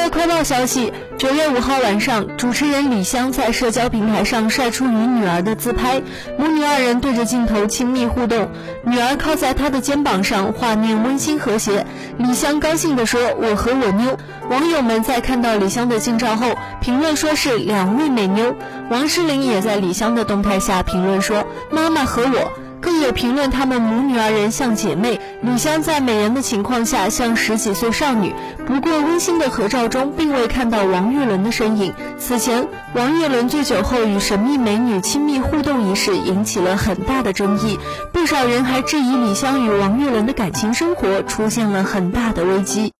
快报消息，9月5号晚上，主持人李湘在社交平台上晒出与女儿的自拍，母女二人对着镜头亲密互动，女儿靠在她的肩膀上，画面温馨和谐。李湘高兴地说：“我和我妞。”网友们在看到李湘的近照后，评论说是2位美妞。王诗龄也在李湘的动态下评论说：“妈妈和我。”更有评论他们母女二人像姐妹，李湘在美人的情况下像10几岁少女。不过温馨的合照中并未看到王岳伦的身影。此前王岳伦醉酒后与神秘美女亲密互动一事引起了很大的争议，不少人还质疑李湘与王岳伦的感情生活出现了很大的危机。